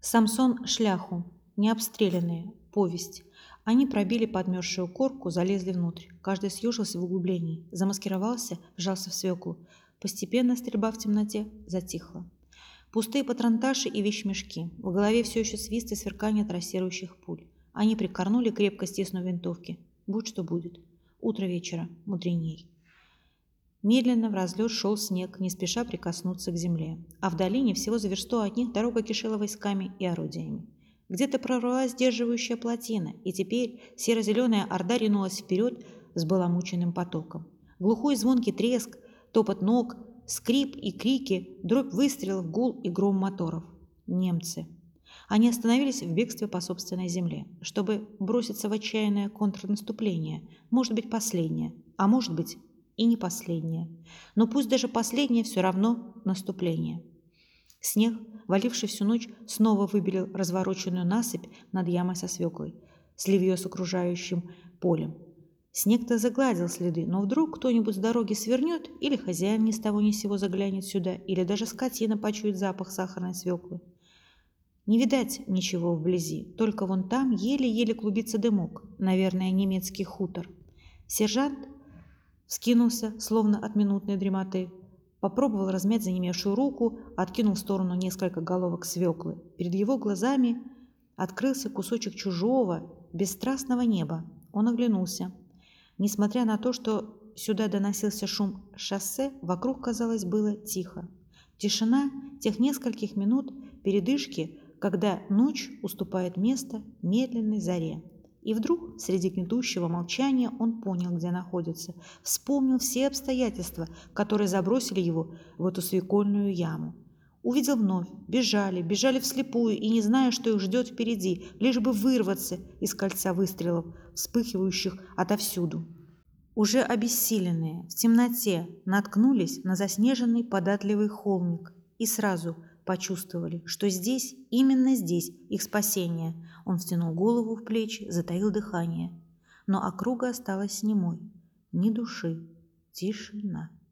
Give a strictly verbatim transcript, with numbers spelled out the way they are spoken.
Самсон шляху. Необстрелянные. Повесть. Они пробили подмерзшую корку, залезли внутрь. Каждый съежился в углублении, замаскировался, вжался в свеклу. Постепенно стрельба в темноте затихла. Пустые патронташи и вещмешки. В голове все еще свист и сверкание трассирующих пуль. Они прикорнули, крепко стиснув винтовки. Будь что будет. Утро вечера. Мудреней. Медленно в разлет шел снег, не спеша прикоснуться к земле. А в долине, всего за версту от них, дорога кишела войсками и орудиями. Где-то прорвалась сдерживающая плотина, и теперь серо-зеленая орда ринулась вперед с баламученным потоком. Глухой звонкий треск, топот ног, скрип и крики, дробь выстрелов, гул и гром моторов. Немцы. Они остановились в бегстве по собственной земле, чтобы броситься в отчаянное контрнаступление, может быть, последнее, а может быть, и не последнее. Но пусть даже последнее, все равно наступление. Снег, валивший всю ночь, снова выбелил развороченную насыпь над ямой со свеклой, слив ее с окружающим полем. Снег-то загладил следы, но вдруг кто-нибудь с дороги свернет, или хозяин ни с того ни с сего заглянет сюда, или даже скотина почует запах сахарной свеклы. Не видать ничего вблизи, только вон там еле-еле клубится дымок, наверное, немецкий хутор. Сержант вскинулся, словно от минутной дремоты, попробовал размять занемевшую руку, откинул в сторону несколько головок свеклы. Перед его глазами открылся кусочек чужого, бесстрастного неба. Он оглянулся. Несмотря на то, что сюда доносился шум шоссе, вокруг, казалось, было тихо. Тишина тех нескольких минут передышки, когда ночь уступает место медленной заре. И вдруг, среди гнетущего молчания, он понял, где находится, вспомнил все обстоятельства, которые забросили его в эту свекольную яму. Увидел вновь, бежали, бежали вслепую и не зная, что их ждет впереди, лишь бы вырваться из кольца выстрелов, вспыхивающих отовсюду. Уже обессиленные, в темноте, наткнулись на заснеженный податливый холмик и сразу почувствовали, что здесь, именно здесь, их спасение. Он втянул голову в плечи, затаил дыхание. Но округа осталась немой. Ни души. Тишина.